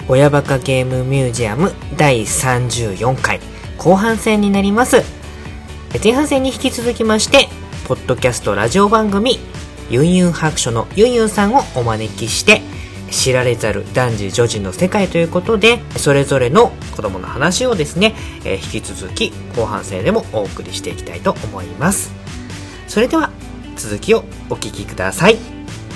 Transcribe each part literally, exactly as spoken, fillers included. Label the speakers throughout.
Speaker 1: 親バカゲームミュージアムだいさんじゅうよんかい後半戦になります。前半戦に引き続きまして、ポッドキャストラジオ番組ユンユン白書のユンユンさんをお招きして、知られざる男児女児の世界ということで、それぞれの子供の話をですね、えー、引き続き後半戦でもお送りしていきたいと思います。それでは続きをお聞きください。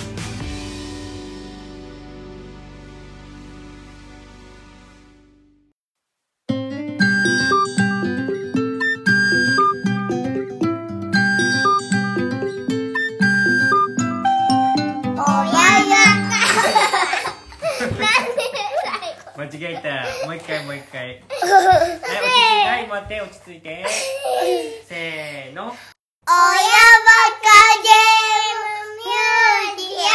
Speaker 2: 間違えた。もう一回もう一回。はい、落ち着いて。はい、待って、落ち着いて。せーの。親バ
Speaker 3: カゲームミュージ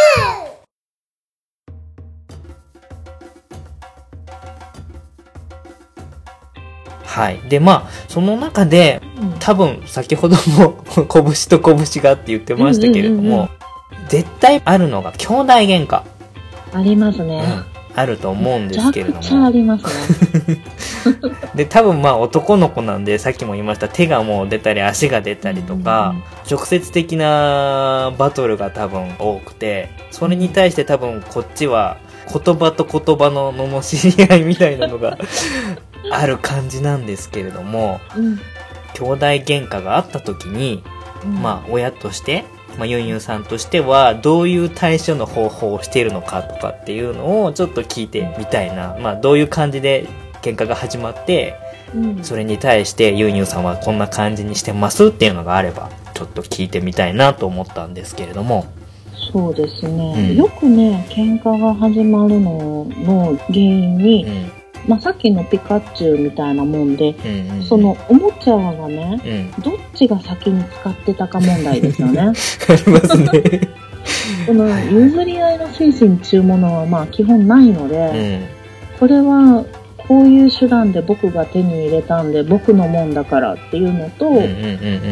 Speaker 1: アム。はい。で、まあ、その中で、うん、多分、先ほども、拳と拳がって言ってましたけれども、うんうんうんうん、絶対あるのが、兄弟喧嘩。
Speaker 4: ありますね。
Speaker 1: うんあると思うんですけれども。
Speaker 4: めちゃくちゃありますね。
Speaker 1: で、多分まあ男の子なんで、さっきも言いました手がもう出たり足が出たりとか、うんうん、直接的なバトルが多分多くて、それに対して多分こっちは言葉と言葉の罵り合いみたいなのがある感じなんですけれども、うん、兄弟喧嘩があった時に、うん、まあ親としてまあ、ユンユンさんとしてはどういう対処の方法をしているのかとかっていうのをちょっと聞いてみたいな、まあ、どういう感じで喧嘩が始まって、うん、それに対してユンユンさんはこんな感じにしてますっていうのがあればちょっと聞いてみたいなと思ったんですけれども。
Speaker 4: そうですね、うん、よくね喧嘩が始まるのの原因に、うんまあ、さっきのピカチュウみたいなもんで、うんうんうん、そのおもちゃがね、うん、どっちが先に使ってたか問題ですよね。あり
Speaker 1: ますね。
Speaker 4: この譲り合いの精神っていうものはまあ基本ないので、うん、これはこういう手段で僕が手に入れたんで僕のもんだからっていうのと、うんうんうんうん、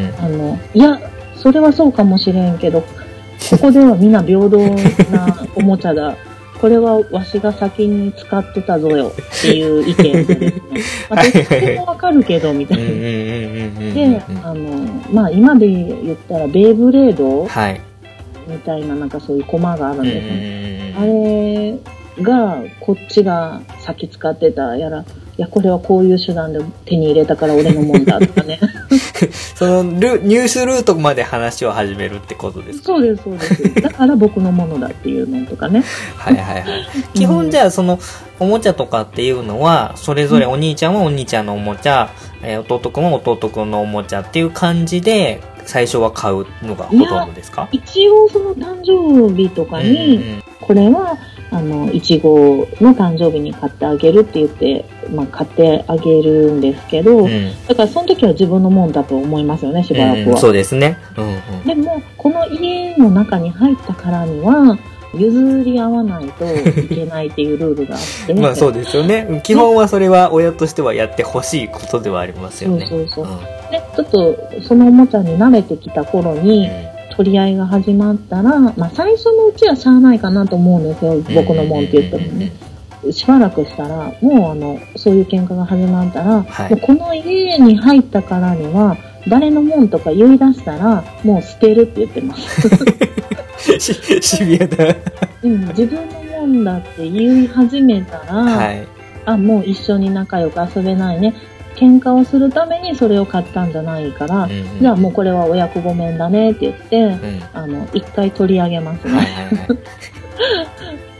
Speaker 4: あのいやそれはそうかもしれんけどここではみんな平等なおもちゃだこれはわしが先に使ってたぞよっていう意見でですね、まあ、どっちもわかるけどみたいなで、あのまあ今で言ったらベイブレードみたいななんかそういうコマがあるんですね。あれがこっちが先使ってたやらいやこれはこういう手段で手に入れたから俺のもんだとかね
Speaker 1: そのルニュースルートまで話を始めるってことですか？
Speaker 4: そうですそうですだから僕のものだっていうのとかね
Speaker 1: はいはいはい基本じゃあそのおもちゃとかっていうのはそれぞれお兄ちゃんはお兄ちゃんのおもちゃ、うんえー、弟くんは弟くんのおもちゃっていう感じで最初は買うのがほとんどですか？
Speaker 4: 一応その誕生日とかに、うんうん、これはあのいちごの誕生日に買ってあげるって言って、まあ、買ってあげるんですけど、うん、だからその時は自分のもんだと思いますよねしばらくは、
Speaker 1: うん、そうですね、うんうん、
Speaker 4: でもこの家の中に入ったからには譲り合わないといけないっていうルールがあって
Speaker 1: まあそうですよね基本はそれは親としてはやってほしいことではありますよね。
Speaker 4: そうそうそう、うん、でちょっとそのおもちゃに慣れてきた頃に、うん取り合いが始まったら、まあ、最初のうちはしゃあないかなと思うんですよ僕のもんって言ってもねしばらくしたらもうあのそういう喧嘩が始まったら、はい、もうこの家に入ったからには誰のもんとか言い出したらもう捨てるって言ってます
Speaker 1: しシビアだ、
Speaker 4: うん、自分のもんだって言い始めたら、はい、あもう一緒に仲良く遊べないね喧嘩をするためにそれを買ったんじゃないから、うんうん、じゃあもうこれは親子ごめんだねって言って、うん、あの一回取り上げますね、はいはいはい、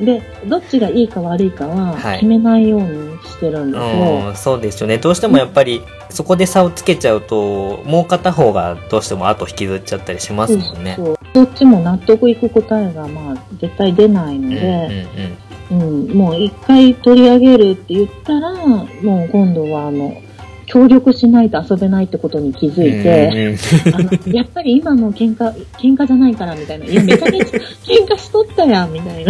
Speaker 4: でどっちがいいか悪いかは決めないようにしてるんですよ、
Speaker 1: はい、そうですよねどうしてもやっぱりそこで差をつけちゃうともう片方がどうしても後引きずっちゃったりしますもんね。
Speaker 4: そうそうどっちも納得いく答えがまあ絶対出ないので、うんうんうんうん、もう一回取り上げるって言ったらもう今度はあの協力しないと遊べないってことに気づいて、うんうん、あのやっぱり今の喧嘩喧嘩じゃないからみたいないやめちゃめちゃ喧嘩しとったやんみたいな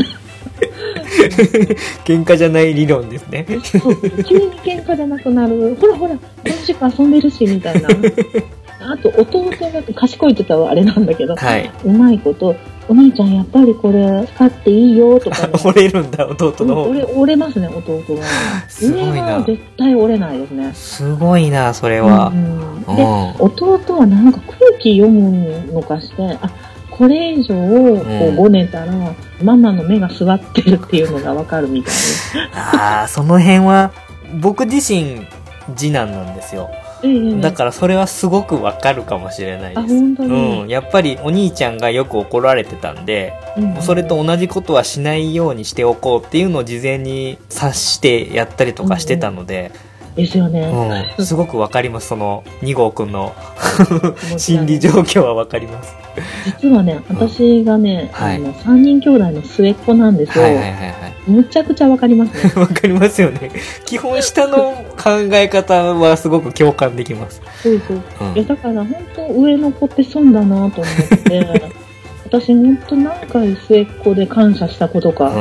Speaker 1: 喧嘩じゃない理論ですね
Speaker 4: そう急に喧嘩じゃなくなるほらほら楽しく遊んでるしみたいなあと弟が賢いって言ったらあれなんだけど、はい、うまいことお兄ちゃんやっぱりこれ使っていいよとか、ね、
Speaker 1: 折れるんだ弟の方。
Speaker 4: 折れ折れますね弟が。
Speaker 1: すごいな。
Speaker 4: 上は絶対折れないですね。
Speaker 1: すごいなそれは。
Speaker 4: うんうん、で弟はなんか空気読むのかして、あこれ以上こうごねたら、うん、ママの目が座ってるっていうのがわかるみたいです。
Speaker 1: ああその辺は僕自身次男なんですよ。だからそれはすごくわかるかもしれないです。
Speaker 4: 本当に、
Speaker 1: うん、やっぱりお兄ちゃんがよく怒られてたんで、うんうん、それと同じことはしないようにしておこうっていうのを事前に察してやったりとかしてたので、
Speaker 4: うんうん、ですよね、
Speaker 1: うん、すごくわかります。そのに号くんの心理状況はわかります。
Speaker 4: 実はね私がね、うん、あのさんにん兄弟の末っ子なんですよ。はいはいはいはい、むちゃくちゃわかりますね。
Speaker 1: わかりますよね。基本下の考え方はすごく共感できます。
Speaker 4: そうそう、うん、いやだから本当上の子って損だなと思って私本当何回末っ子で感謝したことか。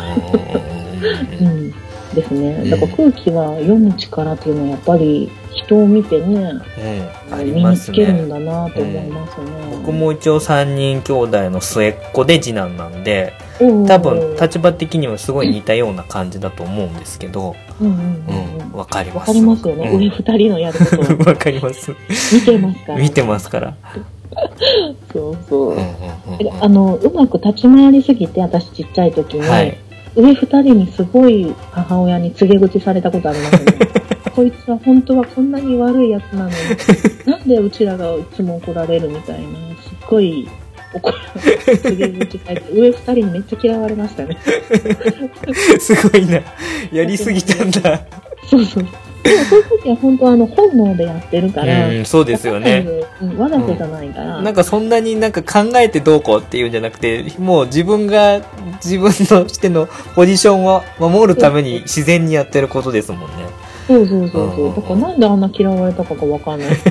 Speaker 4: うんですね。だから空気は読む力っていうのはやっぱり人を見てね、うん、身につけるんだなと思いますね、
Speaker 1: うん、僕も一応さんにん兄弟の末っ子で次男なんで、多分立場的にはすごい似たような感じだと思うんですけど、うんうんうんうん、わかります。
Speaker 4: わかりますよね、うん、上ふたりのやることは
Speaker 1: わかります。
Speaker 4: 見てますから、ね、
Speaker 1: 見てますから
Speaker 4: そうそう、うんうんうんうん、あのうまく立ち回りすぎて私ちっちゃい時に、はい、上ふたりにすごい母親に告げ口されたことありますね。こいつは本当はこんなに悪いやつなのになんでうちらがいつも怒られるみたいな、すっごい怒られ告げ口されて上ふたりにめっちゃ嫌われましたね。
Speaker 1: すごいな、やりすぎたんだ。
Speaker 4: そうそう。でもそういう時は本当あの本能でやってるから、
Speaker 1: うん、そうですよね。
Speaker 4: うん、わざとじゃないから、
Speaker 1: うん、なんかそんなになんか考えてどうこうっていうんじゃなくて、もう自分が自分としてのポジションを守るために自然にやってることですもんね。
Speaker 4: そうそうそうそう、うん、だからなんであんな嫌われたかがわかんない。はい。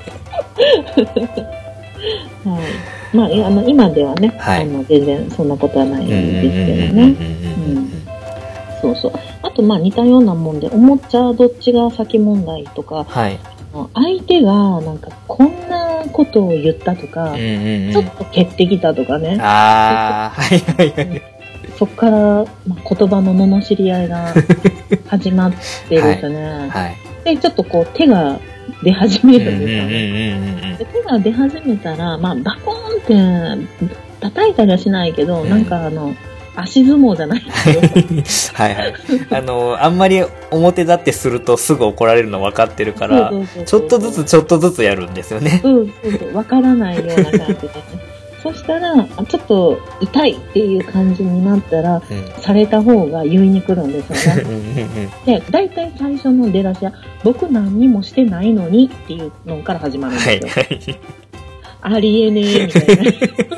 Speaker 4: まあ、あの今ではね、はい、あの全然そんなことはないんですけどね。そうそう。あとまあ似たようなもんで、おもちゃどっちが先問題とか、はい、相手がなんかこんなことを言ったとか、うんうんうん、ちょっと蹴ってきたとかね。ああ、はいはいはい。そっから、まあ、言葉の罵り合いが始まってですね、はいはい、でちょっとこう手が出始めるんですよね。で手が出始めたら、まあ、バコーンって叩いたりはしないけど、うん、なんかあの足相撲じゃないです
Speaker 1: よ。はいはい。あのあんまり表立ってするとすぐ怒られるの分かってるから、ちょっとずつちょっとずつやるんですよね。
Speaker 4: うんそうそう、分からないような感じで、ね。そしたらちょっと痛いっていう感じになったら、うん、された方が言いに来るんですよね。で、大体最初の出だしは僕何にもしてないのにっていうのから始まるんですよ。はいはい、ありえねえみたいな。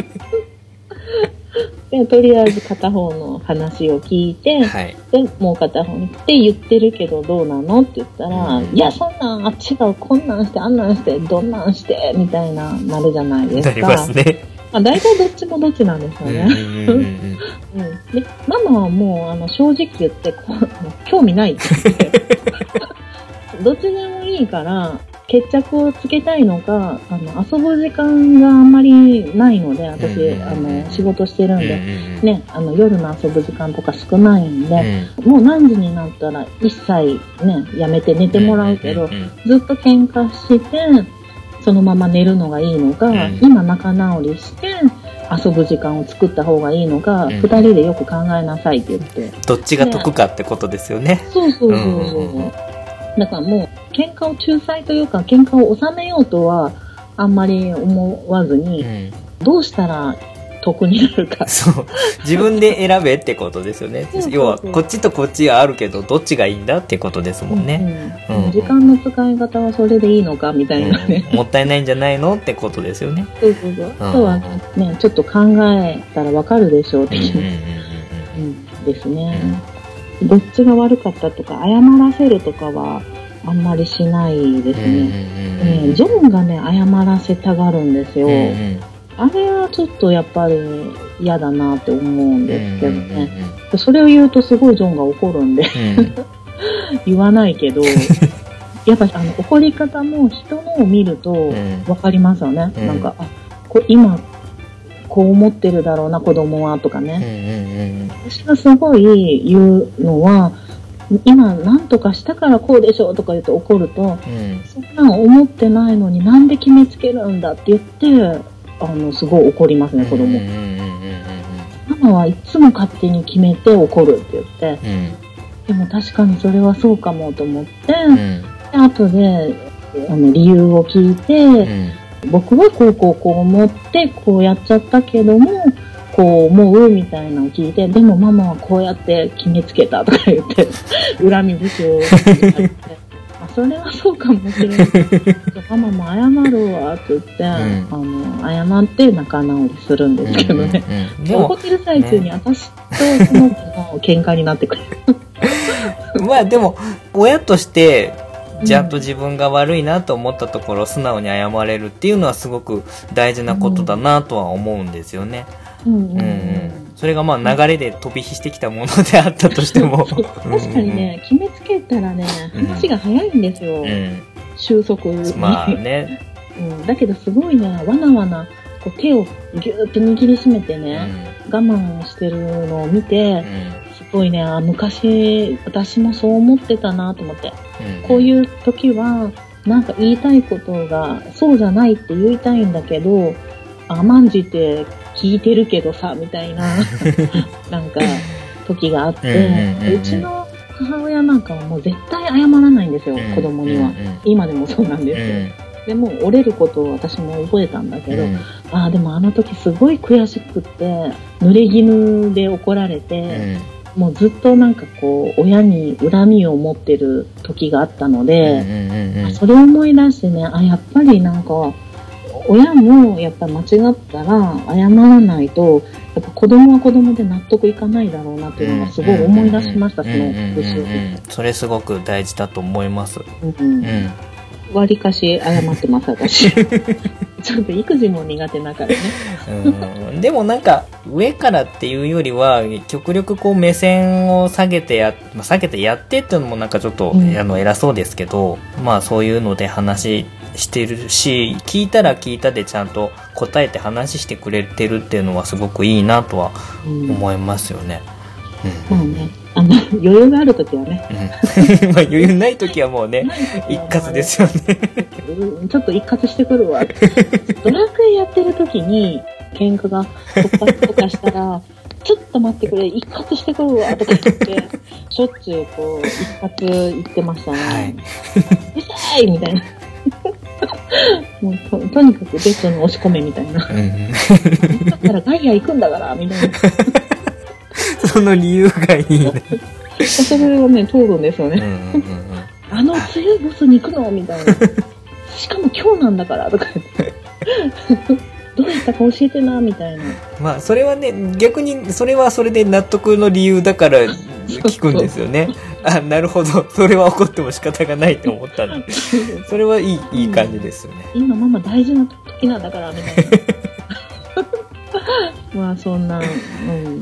Speaker 4: でとりあえず片方の話を聞いて、はい、でもう片方に来て言ってるけどどうなのって言ったら、うん、いやそんなんあ違う、こんなんしてあんなんしてどんなんしてみたいななるじゃないですか。なりますね。まあ、大体どっちもどっちなんですよね。うんでママはもうあの正直言ってこう興味ないって言ってどっちでもいいから決着をつけたいのか、あの遊ぶ時間があんまりないので、私、うん、あの仕事してるんで、うん、ね、あの夜の遊ぶ時間とか少ないんで、うん、もう何時になったら一切ねやめて寝てもらうけど、うん、ずっと喧嘩してそのまま寝るのがいいのか、うん、今仲直りして遊ぶ時間を作った方がいいのか、うん、ふたりでよく考えなさいって言って、
Speaker 1: どっちが得かってことですよね。
Speaker 4: そうそうそうそう、うん、だからもう喧嘩を仲裁というか喧嘩を収めようとはあんまり思わずに、うん、どうしたら得になるか。
Speaker 1: そう自分で選べってことですよね。そうそうそう、要はこっちとこっちがあるけどどっちがいいんだってことですもんね、
Speaker 4: うんうんうん、時間の使い方はそれでいいのかみたいなね、
Speaker 1: うん、もったいないんじゃないのってことですよね。
Speaker 4: そうそうそう、あとはねちょっと考えたらわかるでしょう的なですね、うん、どっちが悪かったとか謝らせるとかはあんまりしないですね、うんうんうんね、ジョンがね謝らせたがるんですよ、うんうん、あれはちょっとやっぱり嫌だなって思うんですけどね、うんうんうん、それを言うとすごいジョンが怒るんで、うん、言わないけどやっぱあの怒り方も人のを見ると分かりますよね、うん、なんかあこ今こう思ってるだろうな子供はとかね、
Speaker 1: うんうんうん、
Speaker 4: 私がすごい言うのは、今何とかしたからこうでしょとか言って怒ると、うん、そんなん思ってないのになんで決めつけるんだって言ってあのすごい怒りますね子供、うんうんうんうん、ママはいつも勝手に決めて怒るって言って、うん、でも確かにそれはそうかもと思って、うん、で後であの理由を聞いて、うん、僕はこうこうこう思ってこうやっちゃったけどもこう思うみたいなのを聞いて、でもママはこうやって決めつけたとか言って恨み節を言ってあそれはそうかもしれないママも謝るわって言って、うん、あの謝って仲直りするんですけどね、うんうん、怒ってる最中に私とその子の喧嘩になってくる
Speaker 1: まあでも親としてちゃんと自分が悪いなと思ったところを素直に謝れるっていうのはすごく大事なことだなとは思うんですよね。うんうんうんうん、それがまあ流れで飛び火してきたものであったとしても
Speaker 4: 確かにね、決めつけたらね話が早いんですよ、うん、収束に
Speaker 1: まあね、
Speaker 4: うん、だけどすごいねわなわなこう手をギューって握りしめてね、うん、我慢してるのを見て、うん、すごいねあ昔私もそう思ってたなと思って、うん、こういう時はなんか言いたいことがそうじゃないって言いたいんだけど甘んじて聞いてるけどさみたいななんか時があって、うんうんうんうん、うちの母親なんかはもう絶対謝らないんですよ、うんうんうん、子供には今でもそうなんですよ、うん、でも折れることを私も覚えたんだけど、うん、あでもあの時すごい悔しくって濡れ衣で怒られて、うん、もうずっとなんかこう親に恨みを持ってる時があったので、うんうんうんうん、それを思い出してねあやっぱりなんか親もやっぱ間違ったら謝らないとやっぱ子供は子供で納得いかないだろうなっていうのがすごい思い出しました、うんうんうん、その節を、うんうんうん、
Speaker 1: それすごく大事だと思います、うんうんうん、
Speaker 4: 割りかし謝ってます私ちょっと育児も苦手だからね
Speaker 1: うんでもなんか上からっていうよりは極力こう目線を下げてや、まあ、下げてやってっていうのもなんかちょっと、うん、あの偉そうですけどまあそういうので話してるし聞いたら聞いたでちゃんと答えて話してくれてるっていうのはすごくいいなとは思いますよね、
Speaker 4: うんうん、まあねあの余裕があるときはね、
Speaker 1: うん、まあ余裕ないときはもうね一括ですよね
Speaker 4: ちょっと一括してくるわドラクエやってるときに喧嘩が突発とかしたらちょっと待ってくれ一括してくるわとか言ってしょっちゅうこう一括言ってましたね、はい、うるさいみたいなもう と, とにかくベッドに押し込めみたいな、うん、だからガイア行くんだからみたいな
Speaker 1: その理由がいいね
Speaker 4: それはね討論ですよね、うんうんうん、あの強いボスに行くのみたいなしかも今日なんだからとか言ってどうやったか教えてなみたいな
Speaker 1: まあそれはね逆にそれはそれで納得の理由だから聞くんですよねあなるほどそれは怒っても仕方がないと思ったんでそれはいい、いい感じですよね、
Speaker 4: うん、今ママ大事な時なんだからみたいなまあそんな、うん、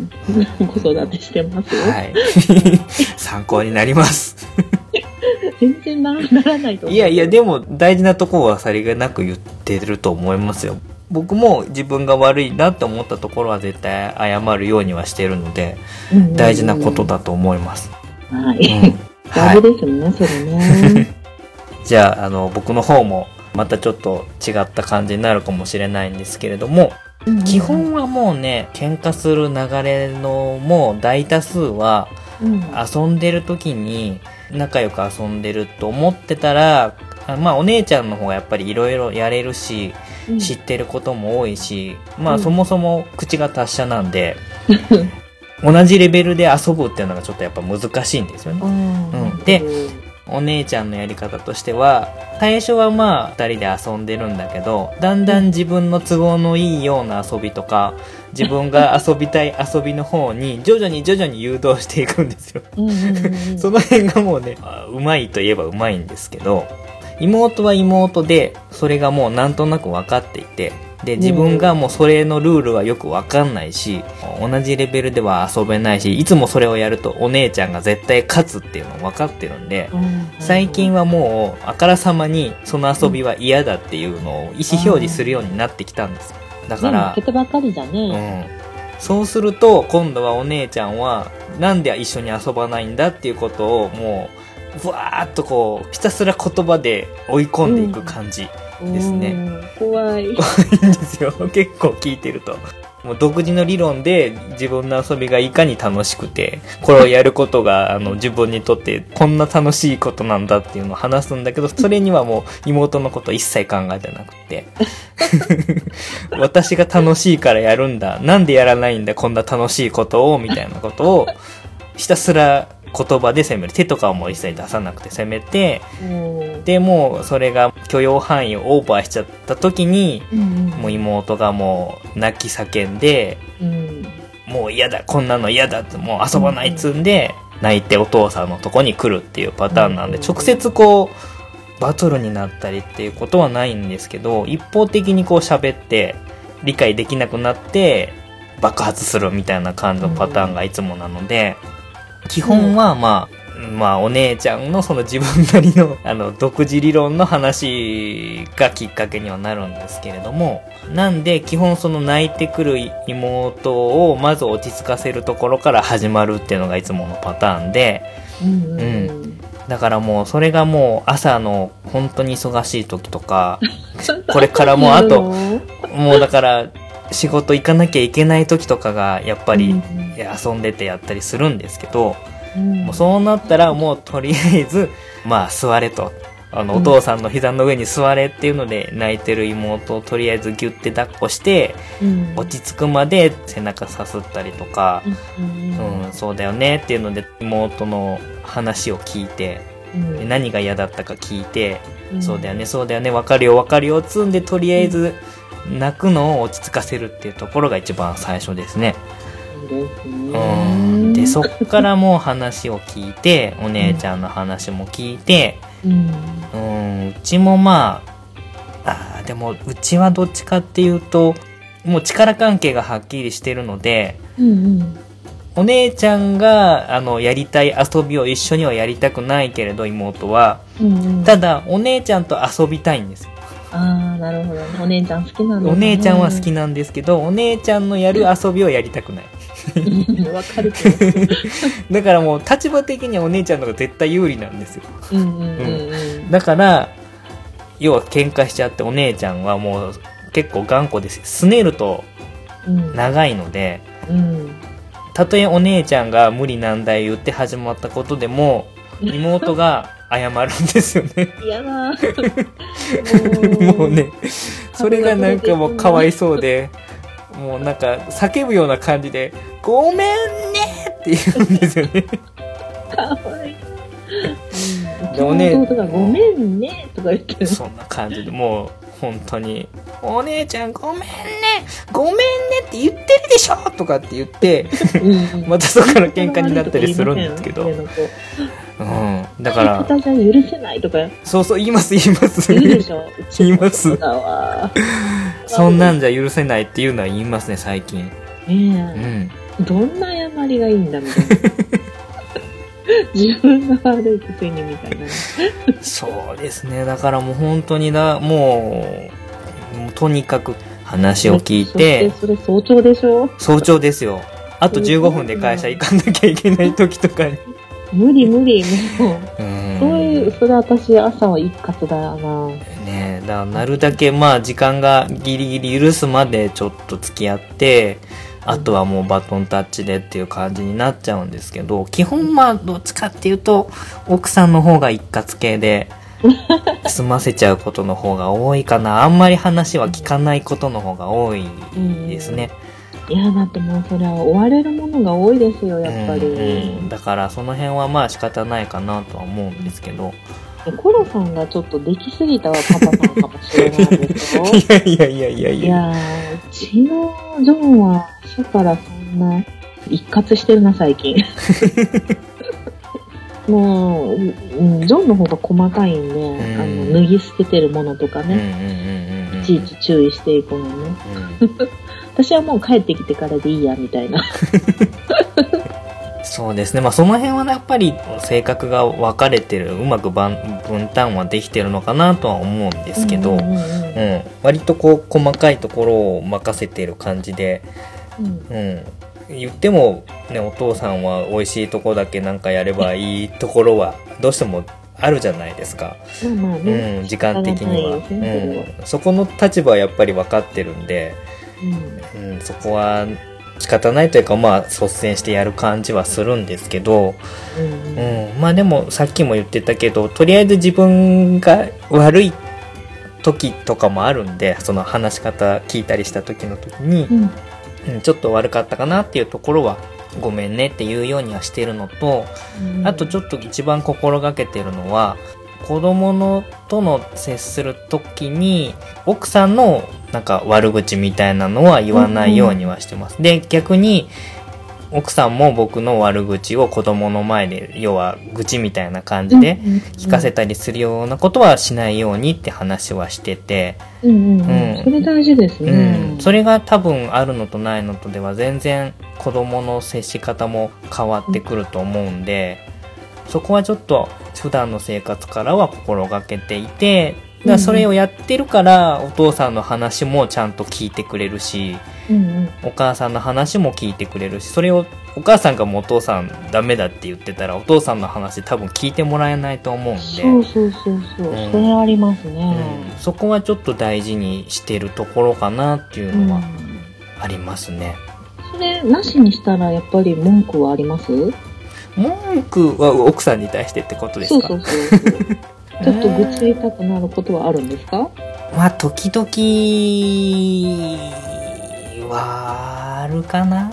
Speaker 4: 子育てしてますよ、はい、
Speaker 1: 参考になります
Speaker 4: 全然 な, ならないと思う。
Speaker 1: いやいやでも大事なところはさりげなく言ってると思いますよ。僕も自分が悪いなって思ったところは絶対謝るようにはしてるので、うんうんうん、大事なことだと思います。
Speaker 4: はい、うん、大事ですよね、それね。
Speaker 1: じゃあ、あの僕の方もまたちょっと違った感じになるかもしれないんですけれども、うんうん、基本はもうね喧嘩する流れのもう大多数は、うん、遊んでる時に仲良く遊んでると思ってたら、まあお姉ちゃんの方がやっぱりいろいろやれるし、うん、知ってることも多いし、まあそもそも口が達者なんで、うん、同じレベルで遊ぶっていうのがちょっとやっぱ難しいんですよね。うんうん、で、お姉ちゃんのやり方としては、最初はまあ二人で遊んでるんだけど、だんだん自分の都合のいいような遊びとか、自分が遊びたい遊びの方に徐々に徐々に誘導していくんですよ。うんうんうん、その辺がもうね、うまいといえばうまいんですけど、妹は妹でそれがもうなんとなく分かっていて、で自分がもうそれのルールはよく分かんないし、同じレベルでは遊べないし、いつもそれをやるとお姉ちゃんが絶対勝つっていうの分かってるんで、最近はもうあからさまにその遊びは嫌だっていうのを意思表示するようになってきたんですよ。 だから、
Speaker 4: 負けてばっかりじゃね、
Speaker 1: うん、そうすると今度はお姉ちゃんはなんで一緒に遊ばないんだっていうことをもうぶわーっとこうひたすら言葉で追い込んでいく感じですね、
Speaker 4: うん、怖い
Speaker 1: 怖いんですよ結構聞いてると。もう独自の理論で自分の遊びがいかに楽しくてこれをやることがあの自分にとってこんな楽しいことなんだっていうのを話すんだけど、それにはもう妹のこと一切考えてなくて私が楽しいからやるんだ、なんでやらないんだこんな楽しいことをみたいなことをひたすら言葉で責める。手とかも一切出さなくて責めて、でもうそれが許容範囲をオーバーしちゃった時に、うんうん、もう妹がもう泣き叫んで、うん、もう嫌だこんなの嫌だってもう遊ばないっつんで、うんうん、泣いてお父さんのとこに来るっていうパターンなんで、直接こうバトルになったりっていうことはないんですけど、一方的にこう喋って理解できなくなって爆発するみたいな感じのパターンがいつもなので、基本はまあ、まあお姉ちゃんのその自分なりのあの独自理論の話がきっかけにはなるんですけれども、なんで基本その泣いてくる妹をまず落ち着かせるところから始まるっていうのがいつものパターンで、うん、うん、だからもうそれがもう朝の本当に忙しい時とかこれからもうあともうだから仕事行かなきゃいけない時とかがやっぱり遊んでてやったりするんですけど、うん、もうそうなったらもうとりあえずまあ座れと、あのお父さんの膝の上に座れっていうので泣いてる妹をとりあえずギュッて抱っこして、うん、落ち着くまで背中さすったりとか、うんうん、そうだよねっていうので妹の話を聞いて、うん、で何が嫌だったか聞いて、うん、そうだよねそうだよね分かるよ分かるよつんでとりあえず、うん泣くのを落ち着かせるっていうところが一番最初ですね。
Speaker 4: ですね。
Speaker 1: うん。で、そっからもう話を聞いて、お姉ちゃんの話も聞いて、うん、うん、うちもまあ、あでもうちはどっちかっていうと、もう力関係がはっきりしてるので、うんうん、お姉ちゃんがあのやりたい遊びを一緒にはやりたくないけれど妹は、うんうん、ただお姉ちゃんと遊びたいんですよ。
Speaker 4: ああ、なるほどね。お姉ちゃん好きなんだね。
Speaker 1: お姉ちゃんは好きなんですけど、お姉ちゃんのやる遊びをやりたくない。
Speaker 4: わかるけど。
Speaker 1: だからもう立場的にはお姉ちゃんの方が絶対有利なんですよ。うんうんうんうん、だから要は喧嘩しちゃってお姉ちゃんはもう結構頑固です。すねると長いので、うんうん、たとえお姉ちゃんが無理難題言って始まったことでも妹が謝るんですよね。
Speaker 4: 嫌だ。
Speaker 1: もうね、それがなんかもうかわいそうで、もうなんか叫ぶような感じでごめんねって言うんですよね。
Speaker 4: かわいい。でもね、弟がごめんねとか言ってる。
Speaker 1: そんな感じでもう本当にお姉ちゃんごめんねごめんねって言ってるでしょとかって言ってまたそこから喧嘩になったりするんですけど、うん、だから
Speaker 4: 方じゃ許せないとか
Speaker 1: そうそう言います言います
Speaker 4: 言うでしょ
Speaker 1: 言いますそんなんじゃ許せないっていうのは言いますね最近、
Speaker 4: ねえ、うん、どんな謝りがいいんだみたいな自分が悪いくせにみたいな
Speaker 1: そうですね。だからもう本当にだもう、もうとにかく話を聞いて、
Speaker 4: それ早朝でしょ。
Speaker 1: 早朝ですよ。あとじゅうごふんで会社行かなきゃいけない時とかに
Speaker 4: 無理無理もう、うん、そういうそれ私朝は一括だよな
Speaker 1: ね。だからなるだけまあ時間がギリギリ許すまでちょっと付き合ってあとはもうバトンタッチでっていう感じになっちゃうんですけど、基本まあどっちかっていうと奥さんの方が一括系で済ませちゃうことの方が多いかな。あんまり話は聞かないことの方が多いですね。
Speaker 4: いやだってもうそれは追われるものが多いですよやっぱり、うん
Speaker 1: うん、だからその辺はまあ仕方ないかなとは思うんですけど、
Speaker 4: コロさんがちょっとできすぎたパパさんかもしれないですよ。
Speaker 1: いやいやいやいやいや。
Speaker 4: いやうちのジョンは初からそんな一括してるな最近。もう、うん、ジョンの方が細かいんで、うん、あの脱ぎ捨ててるものとかね、いちいち注意していくのね。うん、私はもう帰ってきてからでいいやみたいな。
Speaker 1: そうですね。まあその辺はやっぱり性格が分かれてる、うまく分担はできてるのかなとは思うんですけど、うん、うんうん、割とこう細かいところを任せてる感じで、うん、うん、言ってもね、お父さんは美味しいとこだけなんかやればいいところはどうしてもあるじゃないですか。まあね、うん、時間的には、うん、そこの立場はやっぱり分かってるんで、うんうん、そこは仕方ないというか、まあ率先してやる感じはするんですけど、うんうん、まあでもさっきも言ってたけど、とりあえず自分が悪い時とかもあるんで、その話し方聞いたりした時の時に、うんうん、ちょっと悪かったかなっていうところはごめんねっていうようにはしてるのと、うん、あとちょっと一番心がけてるのは、子供のとの接する時に奥さんのなんか悪口みたいなのは言わないようにはしてます。うん、で、逆に奥さんも僕の悪口を子供の前で、要は愚痴みたいな感じで聞かせたりするようなことはしないようにって話はしてて、
Speaker 4: うんうんうん、それ大事ですね、
Speaker 1: うん。それが多分あるのとないのとでは全然子供の接し方も変わってくると思うんで、そこはちょっと普段の生活からは心がけていて、だからそれをやってるからお父さんの話もちゃんと聞いてくれるし、うんうん、お母さんの話も聞いてくれるし、それをお母さんがもうお父さんダメだって言ってたらお父さんの話多分聞いてもらえないと思うんで、
Speaker 4: そうそうそうそう、うん、それありますね、
Speaker 1: うん、そこはちょっと大事にしてるところかなっていうのはありますね、
Speaker 4: うん、それなしにしたらやっぱり文句はあります？
Speaker 1: 文句は奥さんに対してってことですか？
Speaker 4: そうそうそうそうちょっと愚痴りたくなることはあるんですか？
Speaker 1: まあ時々はあるかな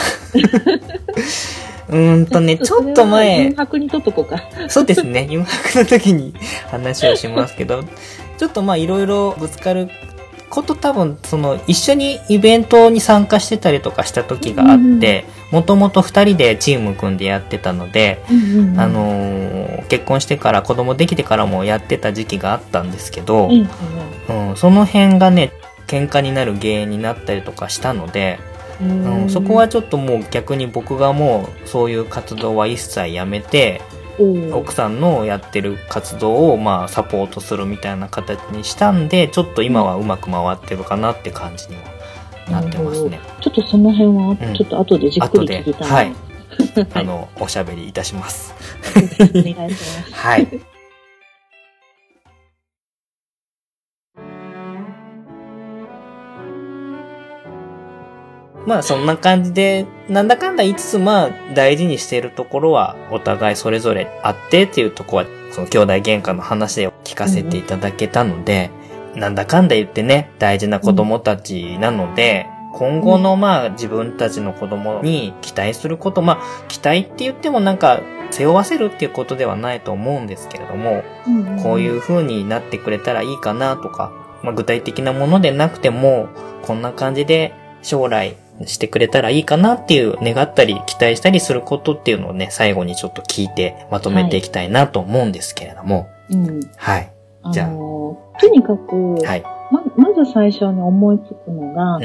Speaker 1: うーんとね、ちょっと前、
Speaker 4: 誘白にとっとこうか。
Speaker 1: そうですね、誘白の時に話をしますけど、ちょっとまあいろいろぶつかること多分、その一緒にイベントに参加してたりとかした時があって、もともと二人でチーム組んでやってたので、うんうん、あのー、結婚してから子供できてからもやってた時期があったんですけど、うんうんうん、その辺がね、喧嘩になる原因になったりとかしたので、うんうん、そこはちょっともう逆に僕がもうそういう活動は一切やめて、奥さんのやってる活動をまあサポートするみたいな形にしたんで、ちょっと今はうまく回ってるかなって感じにはなってますね。
Speaker 4: ちょっとその辺はちょっと後でじっくり聞きたい、うん、はい、
Speaker 1: あのおしゃべりいたします。
Speaker 4: お願いします。
Speaker 1: はい。まあそんな感じで、なんだかんだ言いつつ、まあ大事にしているところはお互いそれぞれあってっていうところは、その兄弟喧嘩の話で聞かせていただけたので、うん、なんだかんだ言ってね、大事な子供たちなので、うん、今後のまあ自分たちの子供に期待すること、まあ期待って言ってもなんか背負わせるっていうことではないと思うんですけれども、うんうん、こういう風になってくれたらいいかなとか、まあ具体的なものでなくても、こんな感じで将来してくれたらいいかなっていう願ったり期待したりすることっていうのをね、最後にちょっと聞いてまとめていきたいなと思うんですけれども。はい。うん、はい。じゃあ。あ
Speaker 4: のー、とにかく、はい、ま、まず最初に思いつくのが、うん、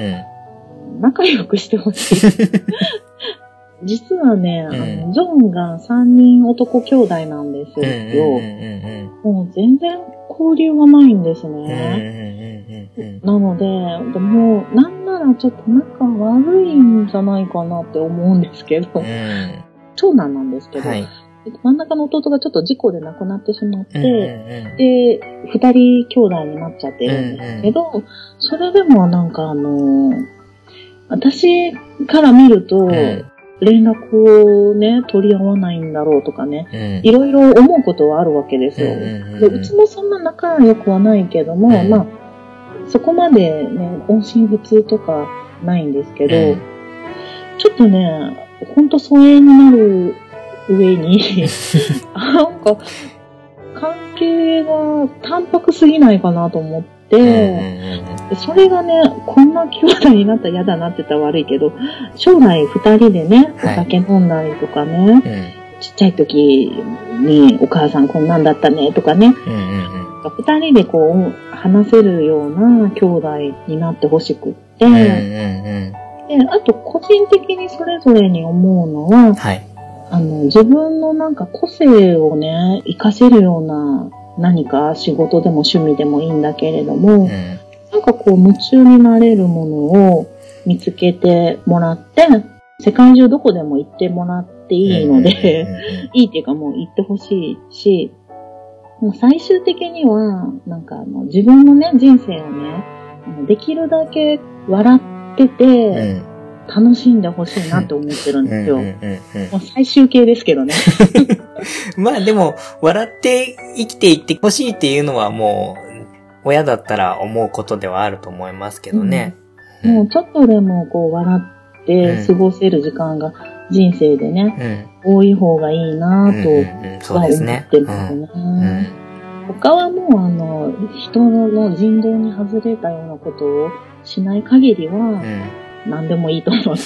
Speaker 4: 仲良くしてほしい。実はね、うん、あの、ジョンがさんにん男兄弟なんですよ。もう全然交流がないんですね。なので、でも、なんならちょっと仲悪いんじゃないかなって思うんですけど、うん、長男なんですけど、はい、真ん中の弟がちょっと事故で亡くなってしまって、うんうんうん、で、二人兄弟になっちゃってるんですけど、うんうん、それでもなんかあの、私から見ると、うん、連絡をね、取り合わないんだろうとかね、うん、いろいろ思うことはあるわけですよ。うんうんうん、でうちもそんな仲良くはないけども、うん、まあ、そこまでね、音信不通とかないんですけど、うん、ちょっとね、ほんと疎遠になる上に、なんか、関係が淡白すぎないかなと思って、うんうんうん、それがね、こんな兄弟になったら嫌だなって言ったら悪いけど、将来二人でね、お酒飲んだりとかね、はい、うん、ちっちゃい時にお母さんこんなんだったねとかね、うんうんうん、二人でこう話せるような兄弟になってほしくって、うんうんうん、であと個人的にそれぞれに思うのは、はい、 あの、自分のなんか個性をね、活かせるような何か仕事でも趣味でもいいんだけれども、うん、なんかこう夢中になれるものを見つけてもらって、世界中どこでも行ってもらっていいので、いいっていうかもう行ってほしいし、もう最終的には、なんかあの自分のね、人生をね、できるだけ笑ってて、うん楽しんでほしいなって思ってるんですよ。もう最終形ですけどね。
Speaker 1: まあでも、笑って生きていってほしいっていうのはもう、親だったら思うことではあると思いますけどね。
Speaker 4: うん、もうちょっとでもこう笑って過ごせる時間が人生でね、うん、多い方がいいなとは思ってますね。他はもうあの、人の人道に外れたようなことをしない限りは、うん何でもいいと思ってます。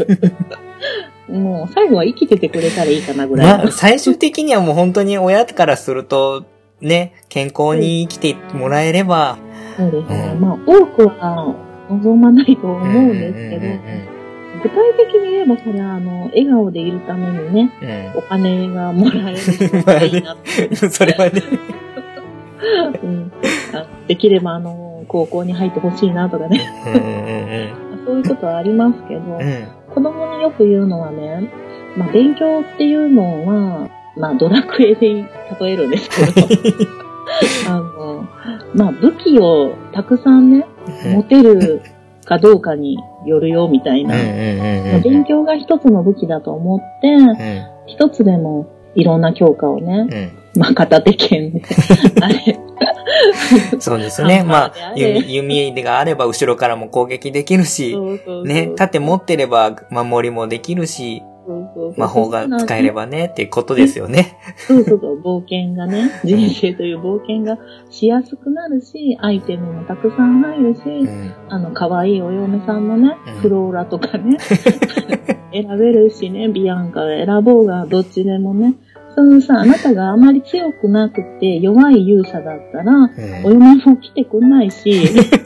Speaker 4: もう最後は生きててくれたらいいかなぐらい。
Speaker 1: まあ最終的にはもう本当に親からするとね、健康に生きてもらえれば。
Speaker 4: そうですね。うん、まあ多くは望まないと思うんですけど、具体的に言えばそれはあの、笑顔でいるためにね、うん、お金がもらえる人がいいなって。
Speaker 1: それはね、
Speaker 4: うん。できればあの、高校に入ってほしいなとかね。うんうんうんそういうことはありますけど、うん、子供によく言うのはね、まあ勉強っていうのは、まあドラクエで例えるんですけど、あの、まあ武器をたくさんね、持てるかどうかによるよみたいな、勉強が一つの武器だと思って、うん、一つでもいろんな教科をね、うん、まあ片手剣で、あれ、
Speaker 1: そうですね。まあ、弓、弓があれば後ろからも攻撃できるし、そうそうそうね、盾持ってれば守りもできるし、そうそうそう魔法が使えればね、っていうことですよね。
Speaker 4: そうそうそう、冒険がね、人生という冒険がしやすくなるし、アイテムもたくさん入るし、うん、あの、可愛いお嫁さんもね、うん、フローラとかね、選べるしね、ビアンカを選ぼうが、どっちでもね、そのさ、あなたがあまり強くなくて弱い勇者だったら、うん、お嫁も来てくんないし。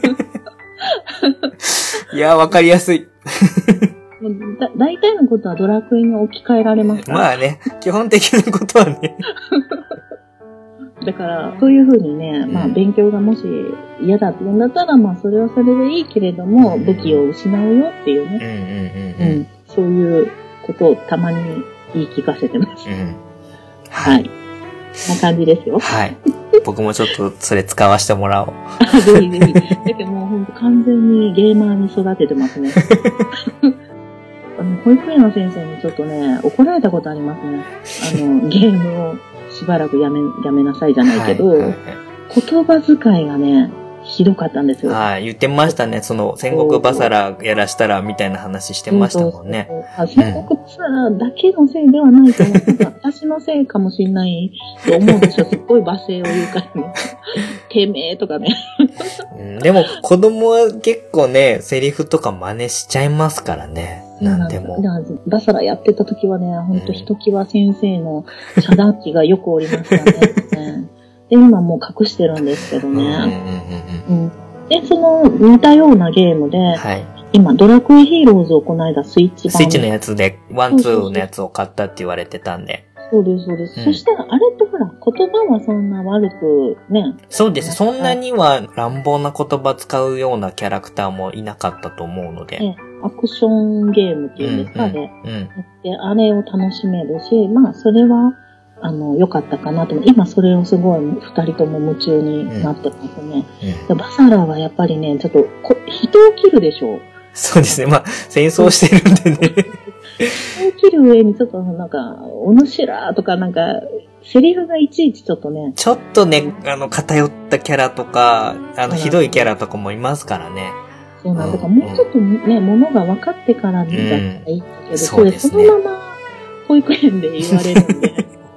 Speaker 1: いや、わかりやすい。
Speaker 4: だ大体のことはドラクエに置き換えられますから。
Speaker 1: まあね、基本的なことはね。
Speaker 4: だから、そういうふうにね、まあ勉強がもし嫌だって言うんだったら、まあそれはそれでいいけれども、うん、武器を失うよっていうね、うんうんうんうんうん。そういうことをたまに言い聞かせてます。うんはい。こんな感じですよ。
Speaker 1: はい。僕もちょっとそれ使わせてもらおう。
Speaker 4: ぜひぜひ。だけどもうほんと完全にゲーマーに育ててますね。あの保育園の先生にちょっとね、怒られたことありますね。あの、ゲームをしばらくやめ、やめなさいじゃないけど、はいはいはい、言葉遣いがね、ひどかったんですよ。
Speaker 1: はい、言ってましたね。その、戦国バサラやらしたらみたいな話してましたもんね。
Speaker 4: そうそうそう戦国バサラだけのせいではないと思う。うん、私のせいかもしれないと思うんですよ。すっごい罵声を言うからね。てめえとかね、
Speaker 1: うん。でも、子供は結構ね、セリフとか真似しちゃいますからね。なんでも。
Speaker 4: バサラやってた時はね、ほんとひときわ先生の遮断機がよくおりましたね。で、今もう隠してるんですけどね。うんうんうんうん、で、その似たようなゲームで、はい、今、ドラクエヒーローズをこの間スイッチ版。
Speaker 1: スイッチのやつで、ワン、ツーのやつを買ったって言われてたんで。
Speaker 4: そうです、そうです。うん、そしたら、あれってほら、言葉はそんな悪くね。
Speaker 1: そうです。そんなには乱暴な言葉使うようなキャラクターもいなかったと思うので。
Speaker 4: ね、アクションゲームっていうんですかね。うんうんうん、で、あれを楽しめるし、まあ、それは、あの、良かったかなと思う。今それをすごい二人とも夢中になってますね。うんうん、バサラはやっぱりね、ちょっとこ、人を切るでしょ。
Speaker 1: そうですね。まあ、戦争してるんでね。
Speaker 4: 人を切る上にちょっとなんか、おぬしらとかなんか、セリフがいちいちちょっとね。
Speaker 1: ちょっとね、あの、偏ったキャラとか、あの、ひどいキャラとかもいますからね。
Speaker 4: そうなんだ。からもうちょっとね、ものが分かってから見たらいいんだけど、うん、そうですね、それそのまま保育園で言われるんで。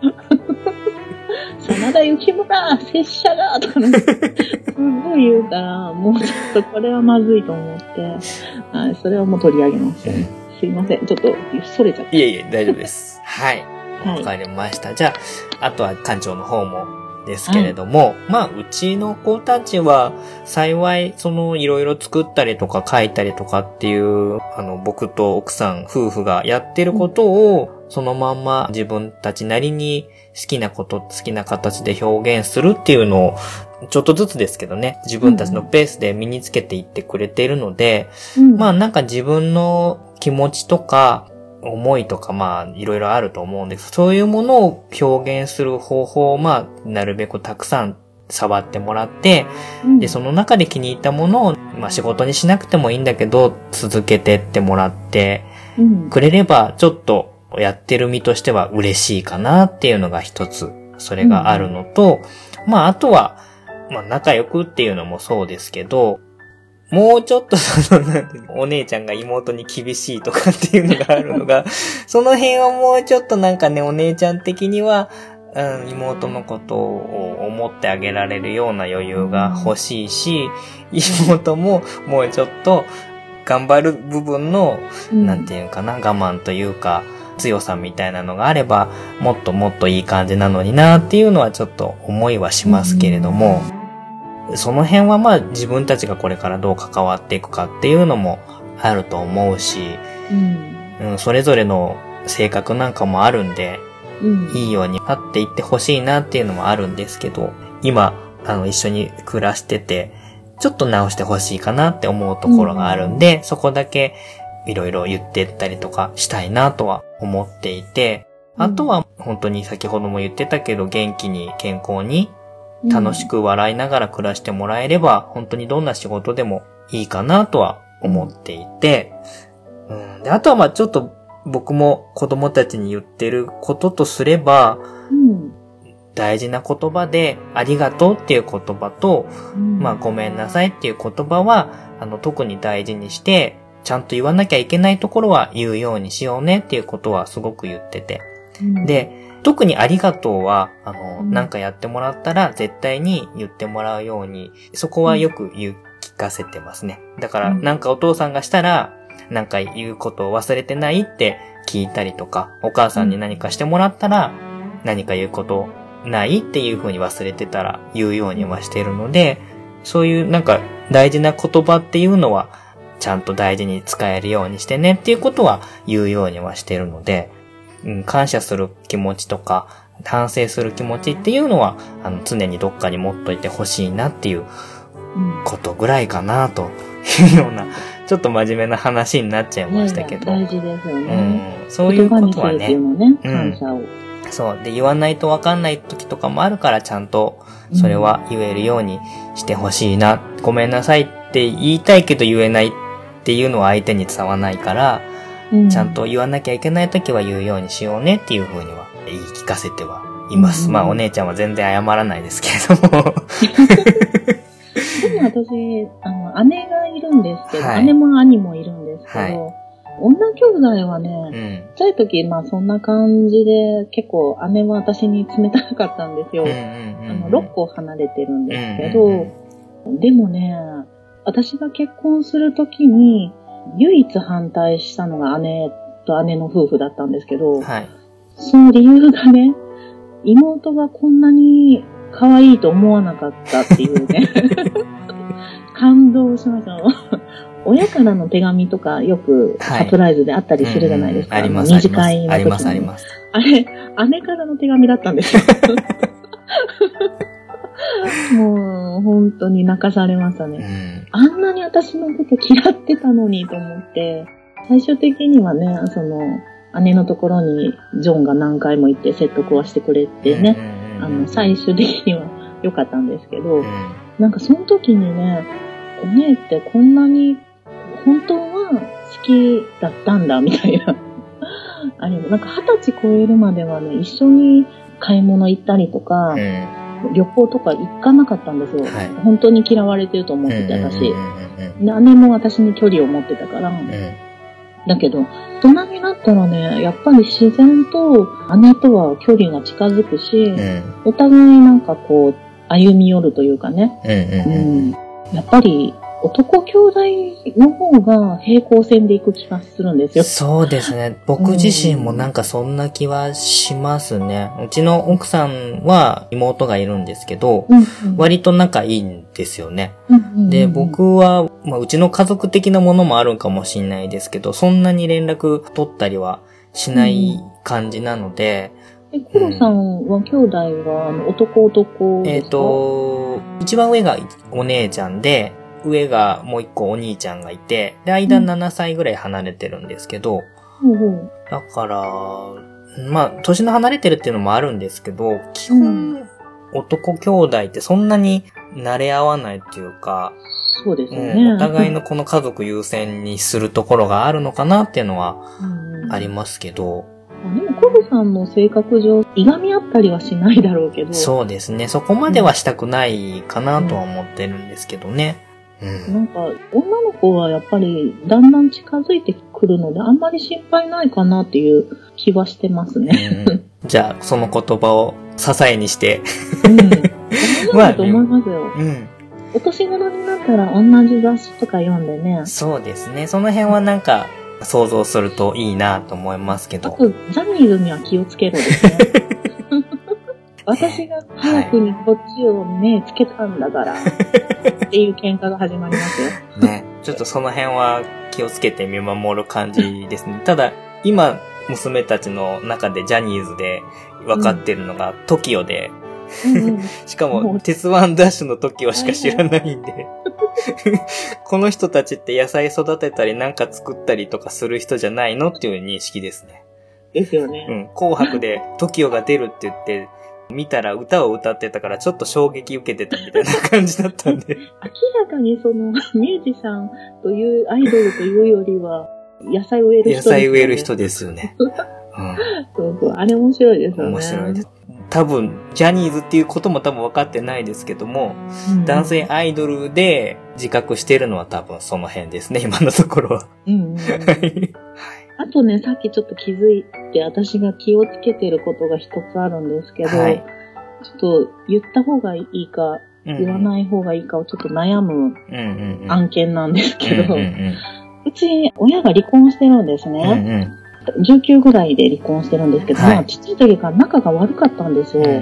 Speaker 4: 真田幸村、拙者がとかなんか、すごい言うから、もうちょっとこれはまずいと思って、はい、それはもう取り上げました。うん、すいません、ちょっと、それちゃった。
Speaker 1: いえいえ、大丈夫です。はい。わかりました。はい、じゃあ、あとは館長の方もですけれども、はい、まあ、うちの子たちは、幸い、その、いろいろ作ったりとか書いたりとかっていう、あの、僕と奥さん、夫婦がやってることを、 そのまんま自分たちなりに好きなこと、好きな形で表現するっていうのを、ちょっとずつですけどね、自分たちのペースで身につけていってくれているので、うん、まあなんか自分の気持ちとか、思いとかまあいろいろあると思うんですけど、そういうものを表現する方法をまあなるべくたくさん触ってもらって、うん、で、その中で気に入ったものをまあ仕事にしなくてもいいんだけど、続けてってもらってくれれば、ちょっとやってる身としては嬉しいかなっていうのが一つ、それがあるのと、うん、まああとは、まあ仲良くっていうのもそうですけど、もうちょっとその、お姉ちゃんが妹に厳しいとかっていうのがあるのが、その辺はもうちょっとなんかね、お姉ちゃん的には、うん、妹のことを思ってあげられるような余裕が欲しいし、妹ももうちょっと頑張る部分の、うん、なんていうかな、我慢というか、強さみたいなのがあれば、もっともっといい感じなのになっていうのはちょっと思いはしますけれども、うん、その辺はまあ自分たちがこれからどう関わっていくかっていうのもあると思うし、うんうん、それぞれの性格なんかもあるんで、うん、いいようになっていってほしいなっていうのもあるんですけど、今、あの、一緒に暮らしてて、ちょっと直してほしいかなって思うところがあるんで、うん、そこだけいろいろ言ってったりとかしたいなとは思っていて、あとは本当に先ほども言ってたけど、元気に健康に楽しく笑いながら暮らしてもらえれば、本当にどんな仕事でもいいかなとは思っていて、うん、で、あとはまあちょっと僕も子供たちに言ってることとすれば、うん、大事な言葉でありがとうっていう言葉と、うん、まあごめんなさいっていう言葉は、あの特に大事にして、ちゃんと言わなきゃいけないところは言うようにしようねっていうことはすごく言ってて。うん、で、特にありがとうは、あの、うん、なんかやってもらったら絶対に言ってもらうように、そこはよく言う、聞かせてますね。だから、なんかお父さんがしたら、なんか言うことを忘れてないって聞いたりとか、お母さんに何かしてもらったら、何か言うことないっていう風に忘れてたら言うようにはしているので、そういうなんか大事な言葉っていうのは、ちゃんと大事に使えるようにしてねっていうことは言うようにはしているので、うん、感謝する気持ちとか、反省する気持ちっていうのは、あの、常にどっかに持っといてほしいなっていうことぐらいかなというような、ちょっと真面目な話になっちゃいましたけど。
Speaker 4: いやいや大事ですよね。
Speaker 1: うん、そういうことはね。
Speaker 4: ね感謝を、うん。
Speaker 1: そう。で、言わないとわかんない時とかもあるから、ちゃんとそれは言えるようにしてほしいな、うん。ごめんなさいって言いたいけど言えないっていうのは相手に伝わらないから、うん、ちゃんと言わなきゃいけない時は言うようにしようねっていう風には言い聞かせてはいます。うん、まあお姉ちゃんは全然謝らないですけれども。
Speaker 4: でも私、あの、姉がいるんですけど、はい、姉も兄もいるんですけど、はい、女兄弟はね、うん、ちっちゃい時、まあそんな感じで、結構姉は私に冷たかったんですよ。うんうんうん、あの、ろっこ離れてるんですけど、うんうんうん、でもね、私が結婚する時に、唯一反対したのが姉と姉の夫婦だったんですけど、はい、その理由がね、妹がこんなに可愛いと思わなかったっていうね、感動しました。親からの手紙とかよくサプライズであったりするじゃないですか。
Speaker 1: はいうんうん、あります。
Speaker 4: 二次会の時に。
Speaker 1: あります、あります。
Speaker 4: あれ、姉からの手紙だったんですよ。もう、本当に泣かされましたね、うん。あんなに私のこと嫌ってたのにと思って、最終的にはね、その、姉のところにジョンが何回も行って説得はしてくれてね、うんうんうん、あの、最終的には良かったんですけど、うん、なんかその時にね、お姉ってこんなに本当は好きだったんだみたいな。あれ、なんか二十歳超えるまではね、一緒に買い物行ったりとか、うん旅行とか行かなかったんですよ、はい。本当に嫌われてると思ってて、私。で、姉も私に距離を持ってたから。うん、だけど、大人になったらね、やっぱり自然と姉とは距離が近づくし、うん、お互いなんかこう、歩み寄るというかね。うんうんうんうん、やっぱり、男兄弟の方が平行線で行く気がするんですよ。
Speaker 1: そうですね。僕自身もなんかそんな気はしますね。うちの奥さんは妹がいるんですけど、うんうん、割と仲いいんですよね。うんうんうん、で、僕は、まあ、うちの家族的なものもあるかもしれないですけど、そんなに連絡取ったりはしない感じなので。
Speaker 4: え、コロさんは兄弟は、うん、男男ですか？
Speaker 1: えっと、一番上がお姉ちゃんで、上がもう一個お兄ちゃんがいて、で、間ななさいぐらい離れてるんですけど、
Speaker 4: うんうん、
Speaker 1: だから、まあ、年の離れてるっていうのもあるんですけど、基本、うん、男兄弟ってそんなに慣れ合わないっていうか、
Speaker 4: そうですね、
Speaker 1: うん。お互いのこの家族優先にするところがあるのかなっていうのはありますけど。
Speaker 4: うん、でもコロさんの性格上、いがみ合ったりはしないだろうけど。
Speaker 1: そうですね。そこまではしたくないかなとは思ってるんですけどね。うん、
Speaker 4: なんか、女の子はやっぱりだんだん近づいてくるので、あんまり心配ないかなっていう気はしてますね。
Speaker 1: うん、じゃあ、その言葉を支えにして。
Speaker 4: うん。大丈夫だと思いますよ。
Speaker 1: うん。
Speaker 4: お年頃になったら同じ雑誌とか読んでね。
Speaker 1: そうですね。その辺はなんか、想像するといいなと思いますけど。
Speaker 4: あと、ジャニーズには気をつけろですね。私が早くにこっちを目つけたんだから、っていう喧嘩が始まりますよ。
Speaker 1: ね。ちょっとその辺は気をつけて見守る感じですね。ただ、今、娘たちの中でジャニーズで分かってるのが トキオ で、うんうん、しかも、鉄腕ダッシュの トキオ しか知らないんで、この人たちって野菜育てたりなんか作ったりとかする人じゃないのっていう認識ですね。
Speaker 4: ですよね。
Speaker 1: うん。紅白で トキオ が出るって言って、見たら歌を歌ってたからちょっと衝撃受けてたみたいな感じだったんで。
Speaker 4: 明らかにそのミュージシャンというアイドルというよりは野菜植える人ですよね。
Speaker 1: 野菜植える人ですよね。うん、
Speaker 4: そうそう。あれ面白いですよね。
Speaker 1: 面白いです。多分、ジャニーズっていうことも多分分かってないですけども、うん、男性アイドルで自覚してるのは多分その辺ですね、今のところは。うんうんうん、
Speaker 4: あとね、さっきちょっと気づいて、私が気をつけてることが一つあるんですけど、はい、ちょっと言った方がいいか、言わない方がいいかをちょっと悩む案件なんですけど、うち親が離婚してるんですね。うんうん、じゅうきゅうぐらいで離婚してるんですけど、はい、まあちっちゃい時から仲が悪かったんですよ。うんうんうん、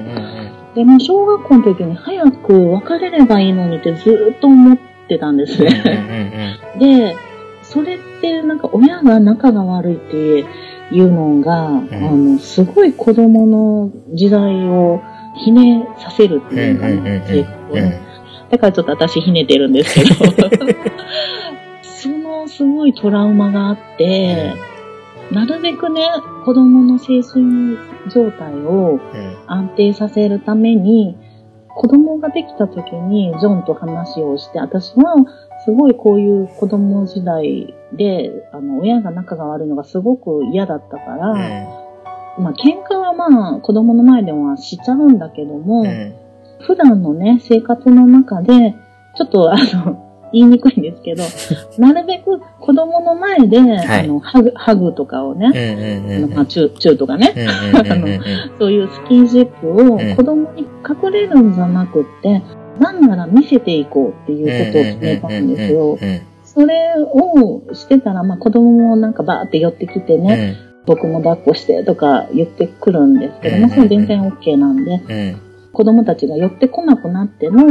Speaker 4: で、まあ小学校の時に早く別れればいいのにってずーっと思ってたんですね。うんうんうん、で、それってなんか親が仲が悪いっていうのが、うん、あの、すごい子供の時代をひねさせるっていうかね、だからちょっと私ひねてるんですけど、そのすごいトラウマがあって、うん、なるべくね、子供の精神状態を安定させるために、子供ができた時にジョンと話をして、私はすごいこういう子供時代で、あの、親が仲が悪いのがすごく嫌だったから、うん、まあ、喧嘩はまあ、子供の前でもしちゃうんだけども、うん、普段のね、生活の中で、ちょっとあの、言いにくいんですけど、なるべく子供の前で、はい、あの、ハグ、ハグとかをね、うんうんうん、まあ、チュー、チューとかね、あの、そういうスキンシップを子供に隠れるんじゃなくって、なんなら見せていこうっていうことを決めたんですよ。それをしてたら、まあ子供もなんかバーって寄ってきてね、うん、僕も抱っこしてとか言ってくるんですけども、それ全然 OK なんで、うん、子供たちが寄ってこなくなっても、うん、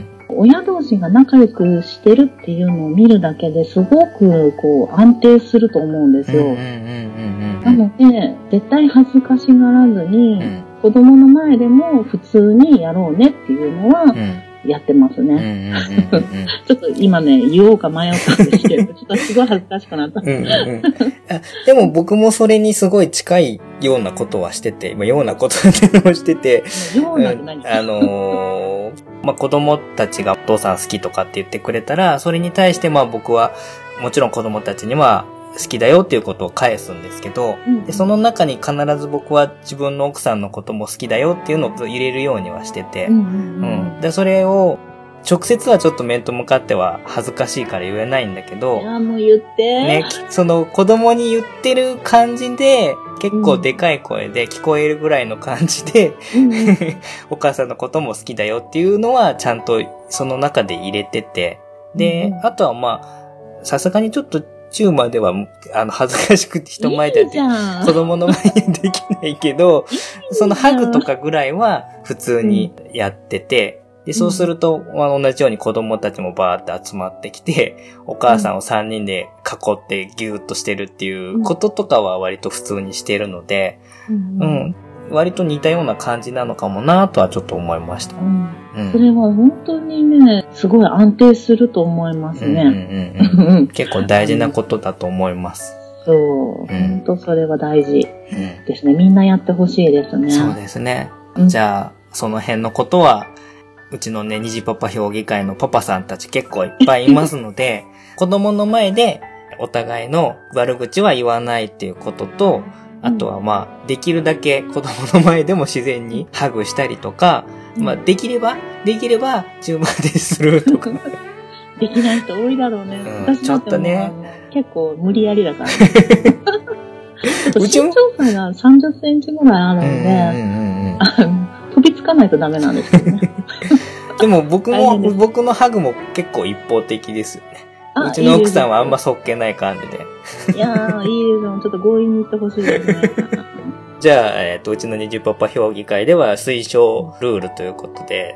Speaker 4: 親同士が仲良くしてるっていうのを見るだけですごくこう安定すると思うんですよ。なので、絶対恥ずかしがらずに、うん、子供の前でも普通にやろうねっていうのは、うんやってますね。ちょっと今ね、言おうか迷ったんですけど、ちょっとすごい恥ずかしくなった。うんうん、
Speaker 1: あでも僕もそれにすごい近いようなことはしてて、ようなことっていうのをしてて、
Speaker 4: ようなって何、
Speaker 1: うん、あのー、まあ、子供たちがお父さん好きとかって言ってくれたら、それに対してまあ僕は、もちろん子供たちには、好きだよっていうことを返すんですけど、うん、でその中に必ず僕は自分の奥さんのことも好きだよっていうのを入れるようにはしてて、うんうんうんうん、でそれを直接はちょっと面と向かっては恥ずかしいから言えないんだけど、
Speaker 4: いやもう言って、
Speaker 1: ね、その子供に言ってる感じで結構でかい声で聞こえるぐらいの感じで、うんうん、お母さんのことも好きだよっていうのはちゃんとその中で入れてて、で、うんうん、あとはまあさすがにちょっとチューまでは、あの、恥ずかしくて人前でやって、子供の前にできないけど、そのハグとかぐらいは普通にやってて、 で、そうすると、まあ、同じように子供たちもバーって集まってきて、お母さんをさんにんで囲ってギューッとしてるっていうこととかは割と普通にしてるので、うん、うん、割と似たような感じなのかもなとはちょっと思いました。うん
Speaker 4: うん、それは本当にね、すごい安定すると思いますね。
Speaker 1: うんうんうん、結構大事なことだと思います。
Speaker 4: そう、うん、本当それは大事ですね。みんなやってほしいですね。
Speaker 1: そうですね。うん、じゃあ、その辺のことは、うちのね、虹パパ評議会のパパさんたち結構いっぱいいますので、子供の前でお互いの悪口は言わないっていうことと、あとはまあ、できるだけ子供の前でも自然にハグしたりとか、まあ、できれば、できれば、中までするとか。
Speaker 4: できない人多いだろうね。
Speaker 1: うん、
Speaker 4: 私
Speaker 1: ちょっとね。
Speaker 4: 結構無理やりだから、ね。身長差がさんじゅっセンチぐらいあるので、飛びつかないとダメなんですけどね。
Speaker 1: でも僕も、僕のハグも結構一方的ですよね。うちの奥さんはあんまそっけない感じで。
Speaker 4: いやー、いいですよ。ちょっと強引に言ってほしいですね。
Speaker 1: じゃあ、えっと、うちの虹パパ評議会では推奨ルールということで、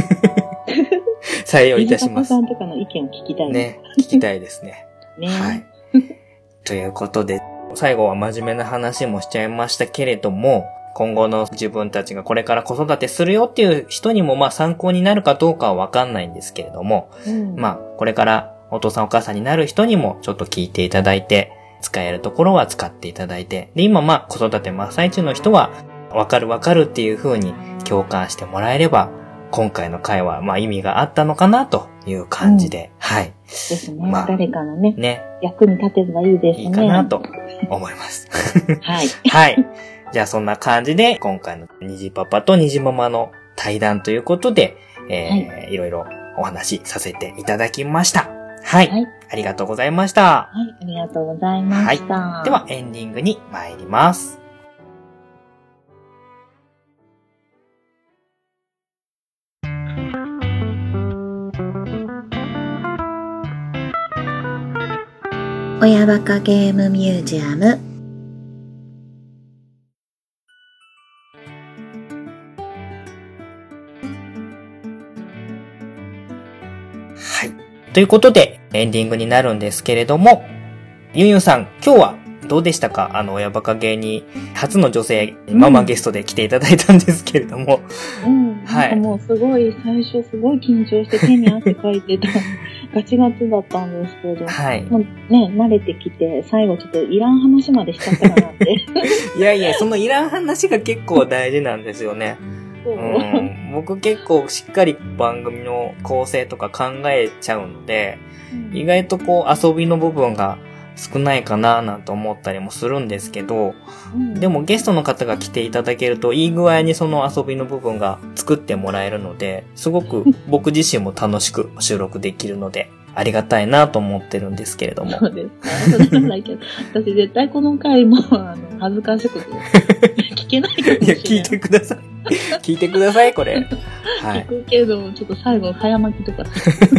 Speaker 1: 採用いたします。
Speaker 4: 虹パパさんとかの意見を聞きたい
Speaker 1: ね。聞きたいですね。
Speaker 4: ね。
Speaker 1: はい。ということで、最後は真面目な話もしちゃいましたけれども、今後の自分たちがこれから子育てするよっていう人にもまあ参考になるかどうかはわかんないんですけれども、うん、まあこれからお父さんお母さんになる人にもちょっと聞いていただいて、使えるところは使っていただいて、で今まあ子育て真っ最中の人はわかるわかるっていう風に共感してもらえれば、今回の回はまあ意味があったのかなという感じで、うん、はい。
Speaker 4: ですね。まあ、誰かのね、
Speaker 1: ね、
Speaker 4: 役に立てればいいですね。
Speaker 1: いいかなと思います。
Speaker 4: はい。
Speaker 1: はい。じゃあそんな感じで、今回の虹パパと虹ママの対談ということで、えーはい、いろいろお話しさせていただきました。はい。はい、ありがとうございました。
Speaker 4: はい、ありがとうございました。
Speaker 1: はい、ではエンディングに参ります。
Speaker 3: 親バカゲームミュージアム。
Speaker 1: はい。ということで、エンディングになるんですけれども、ゆんゆんさん、今日はどうでしたか？あの、親バカゲーに初の女性ママゲストで来ていただいたんですけれども。
Speaker 4: うん。はい。なんかもうすごい、最初すごい緊張して手に汗かいてた。ガチガチだったんですけど。はい。もうね、慣れてきて、最後ちょっといらん話までしちゃったかなって。
Speaker 1: いやいや、そのいらん話が結構大事なんですよね。うん、僕結構しっかり番組の構成とか考えちゃうので、うん、意外とこう遊びの部分が少ないかななんて思ったりもするんですけど、うん、でもゲストの方が来ていただけるといい具合にその遊びの部分が作ってもらえるので、すごく僕自身も楽しく収録できるので、ありがたいなと思ってるんですけれども。
Speaker 4: そうですね。そうなんだけど、私絶対この回もあの恥ずかしくて聞けないかもしれない。いや、
Speaker 1: 聞いてください。聞いてください、これ。
Speaker 4: はい。聞くけど、ちょっと最後早巻きとか。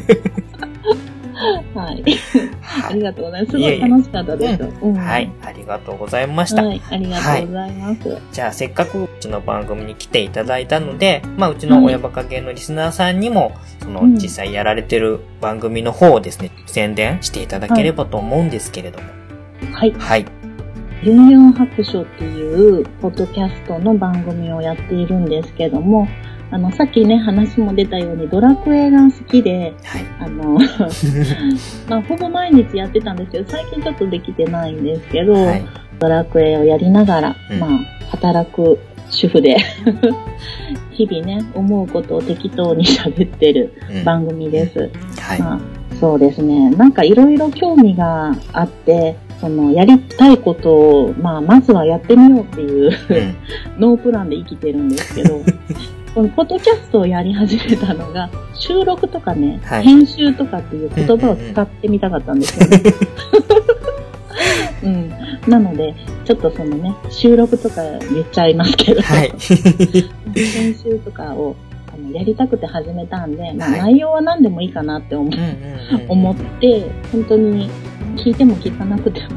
Speaker 4: はい。ありがとうございます。すごい楽しかったです。
Speaker 1: うん、はい。ありがとうございました。
Speaker 4: はい。ありがとうございます。はい、
Speaker 1: じゃあ、せっかくうちの番組に来ていただいたので、まあ、うちの親バカゲーのリスナーさんにも、その、実際やられてる番組の方をですね、宣伝していただければと思うんですけれども。
Speaker 4: はい。
Speaker 1: はい。
Speaker 4: ユンユン白書っていうポッドキャストの番組をやっているんですけども、あの、さっきね、話も出たようにドラクエが好きで、はい、あの、まあ、ほぼ毎日やってたんですけど、最近ちょっとできてないんですけど、はい、ドラクエをやりながら、うん、まあ、働く主婦で、日々ね、思うことを適当に喋ってる番組です。うんはいまあ、そうですね、なんかいろいろ興味があって、そのやりたいことを、まあ、まずはやってみようっていう、うん、ノープランで生きてるんですけど、このポッドキャストをやり始めたのが、収録とかね、はい、編集とかっていう言葉を使ってみたかったんですよね。うん、なので、ちょっとそのね、収録とか言っちゃいますけど、はい、編集とかをあのやりたくて始めたんで、まあ、内容は何でもいいかなって思、はい、思って、本当に聞いても聞かなくても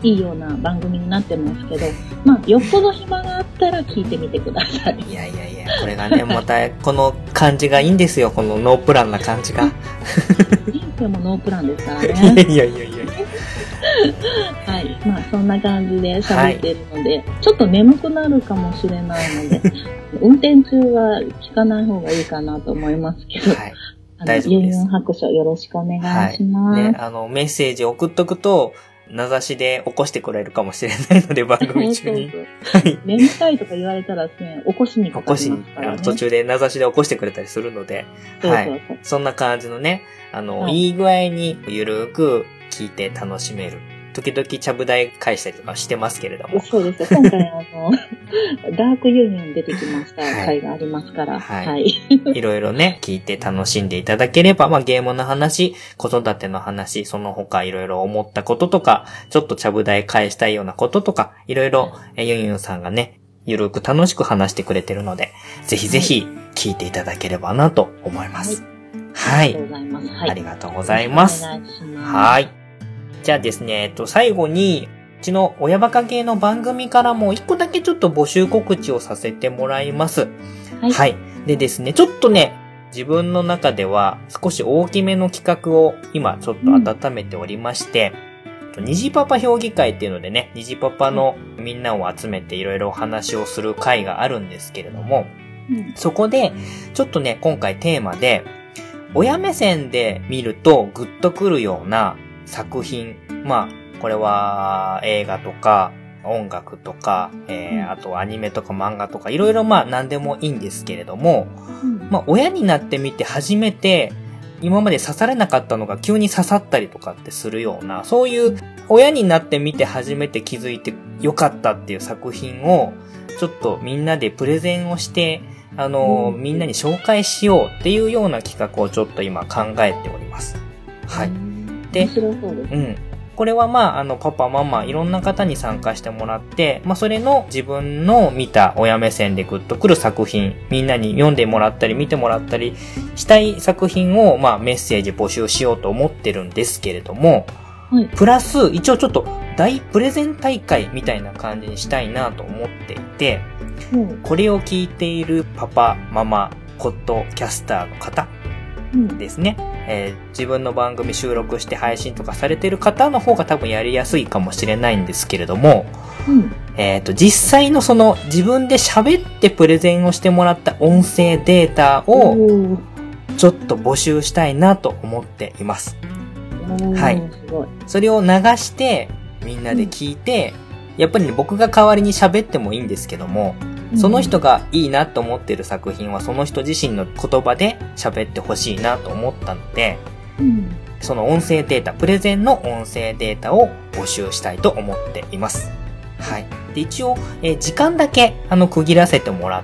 Speaker 4: いいような番組になってますけど、まあ、よっぽど暇があったら聞いてみてください。
Speaker 1: いやいやいや、これがね、また、この感じがいいんですよ、このノープランな感じが。
Speaker 4: 人生もノープランですからね。
Speaker 1: いやいやいやいや。
Speaker 4: はい。まあ、そんな感じで喋ってるので、はい、ちょっと眠くなるかもしれないので、運転中は聞かない方がいいかなと思いますけど、はい、大丈夫です。ユンユン白書よろしくお願いします。
Speaker 1: はい、ね、あの、メッセージ送っとくと、名指しで起こしてくれるかもしれないので、番組中に。
Speaker 4: そうそうはい。眠たいとか言われたらですね、起こしにかかりますからね。
Speaker 1: 起こしに、途中で名指しで起こしてくれたりするので、
Speaker 4: そうそうそう
Speaker 1: はい。そんな感じのね、あの、
Speaker 4: はい、
Speaker 1: いい具合にゆるく聞いて楽しめる。時々ちゃぶ台返したりとかしてますけれども。
Speaker 4: そうです。今回あの、ダークユニオン出てきました回がありますから。はい。はい、
Speaker 1: いろいろね、聞いて楽しんでいただければ、まあゲームの話、子育ての話、その他いろいろ思ったこととか、ちょっとちゃぶ台返したいようなこととか、いろいろユンユンさんがね、ゆるく楽しく話してくれてるので、ぜひぜひ聞いていただければなと思います。はい。
Speaker 4: はい、ありがとうございます。はい、
Speaker 1: ありがとうございます。
Speaker 4: お願いします。
Speaker 1: はい。じゃあですね、えっと、最後に、うちの親バカ系の番組からも一個だけちょっと募集告知をさせてもらいます。はい。はい。でですね、ちょっとね、自分の中では少し大きめの企画を今ちょっと温めておりまして、うん、虹パパ評議会っていうのでね、虹パパのみんなを集めていろいろお話をする会があるんですけれども、うん、そこで、ちょっとね、今回テーマで、親目線で見るとグッとくるような作品。まあ、これは映画とか音楽とか、えー、あとアニメとか漫画とかいろいろまあ何でもいいんですけれども、うん、まあ親になってみて初めて今まで刺されなかったのが急に刺さったりとかってするような、そういう親になってみて初めて気づいてよかったっていう作品をちょっとみんなでプレゼンをして、あの、うん、みんなに紹介しようっていうような企画をちょっと今考えております。はい。で、
Speaker 4: 面白そうです。
Speaker 1: うん。これはまあ、あの、パパ、ママ、いろんな方に参加してもらって、まあ、それの自分の見た親目線でグッとくる作品、みんなに読んでもらったり、見てもらったりしたい作品を、まあ、メッセージ募集しようと思ってるんですけれども、はい、プラス、一応ちょっと大プレゼン大会みたいな感じにしたいなと思っていて、うん、これを聞いているパパ、ママ、コットキャスターの方ですね、うんえー、自分の番組収録して配信とかされてる方の方が多分やりやすいかもしれないんですけれども、うん、えっと、実際のその自分で喋ってプレゼンをしてもらった音声データをちょっと募集したいなと思っています。はい。それを流してみんなで聞いて、うん、やっぱり、ね、僕が代わりに喋ってもいいんですけども、その人がいいなと思ってる作品はその人自身の言葉で喋ってほしいなと思ったので、うん、その音声データ、プレゼンの音声データを募集したいと思っています。はい。で、一応、えー、時間だけあの区切らせてもらって、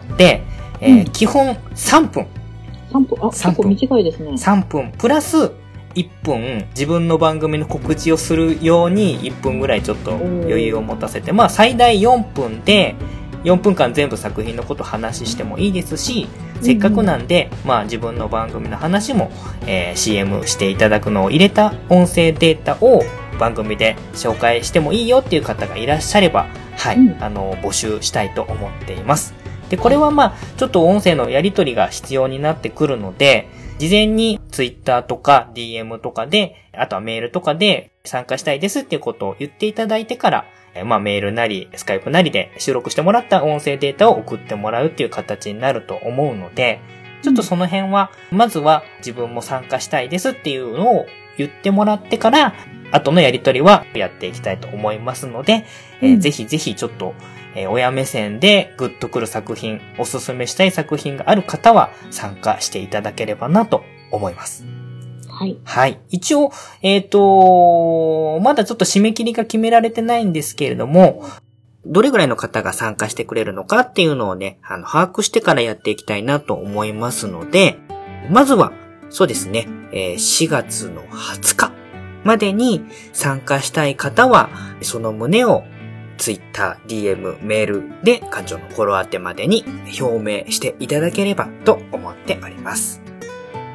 Speaker 1: えーうん、基本さんぷん。
Speaker 4: さんぷん、あ、結構短いですね。
Speaker 1: さんぷん、プラスいっぷん自分の番組の告知をするようにいっぷんぐらいちょっと余裕を持たせて、まあ最大よんぷんで、よんぷんかん全部作品のこと話してもいいですし、せっかくなんで、まあ自分の番組の話も、えー、シーエム していただくのを入れた音声データを番組で紹介してもいいよっていう方がいらっしゃれば、はい、うん、あの、募集したいと思っています。で、これはまあ、ちょっと音声のやり取りが必要になってくるので、事前に Twitter とか ディーエム とかで、あとはメールとかで参加したいですっていうことを言っていただいてから、まあメールなり、スカイプなりで収録してもらった音声データを送ってもらうっていう形になると思うので、ちょっとその辺は、まずは自分も参加したいですっていうのを言ってもらってから、後のやりとりはやっていきたいと思いますので、うん、えー、ぜひぜひちょっと、えー、親目線でグッとくる作品、おすすめしたい作品がある方は参加していただければなと思います。
Speaker 4: はい。
Speaker 1: はい。一応、えっと、まだちょっと締め切りが決められてないんですけれども、どれぐらいの方が参加してくれるのかっていうのをね、あの、把握してからやっていきたいなと思いますので、まずは、そうですね、えー、しがつのはつかまでに参加したい方は、その旨を Twitter、ディーエム、メールで館長の心当てまでに表明していただければと思っております。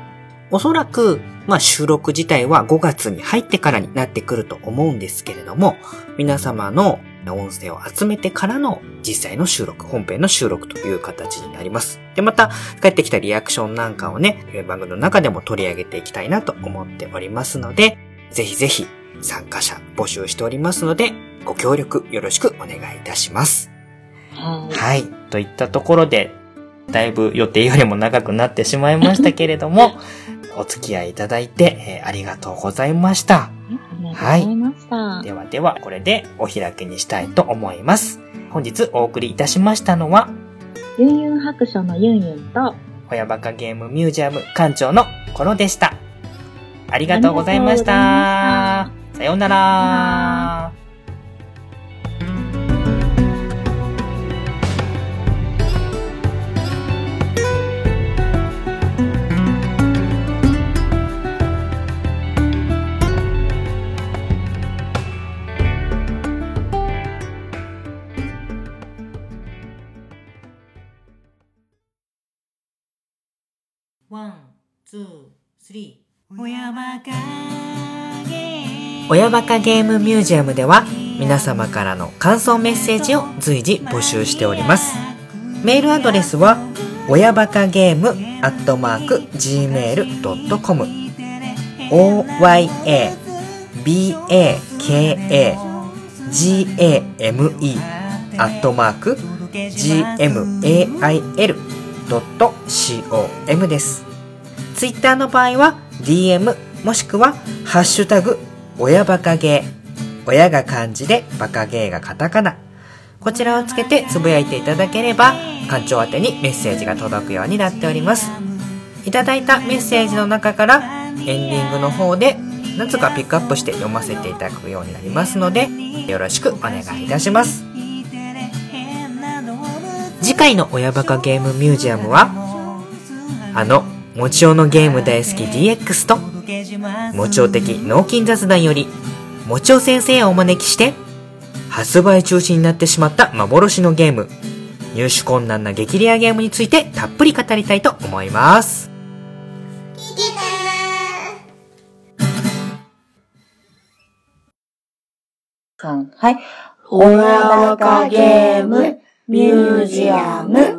Speaker 5: おそらく、まあ収録自体はごがつに入ってからになってくると思うんですけれども、皆様の音声を集めてからの実際の収録、本編の収録という形になります。で、また帰ってきたリアクションなんかをね、番組の中でも取り上げていきたいなと思っておりますので、ぜひぜひ参加者募集しておりますので、ご協力よろしくお願いいたします。
Speaker 4: はい。
Speaker 1: はい。といったところで、だいぶ予定よりも長くなってしまいましたけれども、お付き合いいただいて、えー、ありがとうございました。
Speaker 4: ありがとうございました。
Speaker 1: はい。ではでは、これでお開きにしたいと思います。本日お送りいたしましたのは、
Speaker 4: ユンユン白書のユンユンと、
Speaker 1: 親バカゲームミュージアム館長のコロでした。ありがとうございました。さようなら。
Speaker 2: ワン、ツー、スリー。親バカゲーム。
Speaker 5: 親バカゲームミュージアムでは皆様からの感想メッセージを随時募集しております。メールアドレスは親バカゲームアットマーク ジーメールドットコム オーワイエービーエーケーエージーエーエムイー アットマーク ジーエムエーアイエルドットコム です。ツイッターの場合は ディーエム もしくはハッシュタグ親バカゲー、親が漢字でバカゲーがカタカナ、こちらをつけてつぶやいていただければ館長宛てにメッセージが届くようになっております。いただいたメッセージの中からエンディングの方で何つかピックアップして読ませていただくようになりますので、よろしくお願いいたします。次回の親バカゲームミュージアムは、あのもちおのゲーム大好き ディーエックス ともちお的脳筋雑談よりもちお先生をお招きして、発売中止になってしまった幻のゲーム、入手困難な激レアゲームについてたっぷり語りたいと思います。
Speaker 3: 聞いてね
Speaker 4: さん、はい。
Speaker 3: 親バカゲームミュージアム。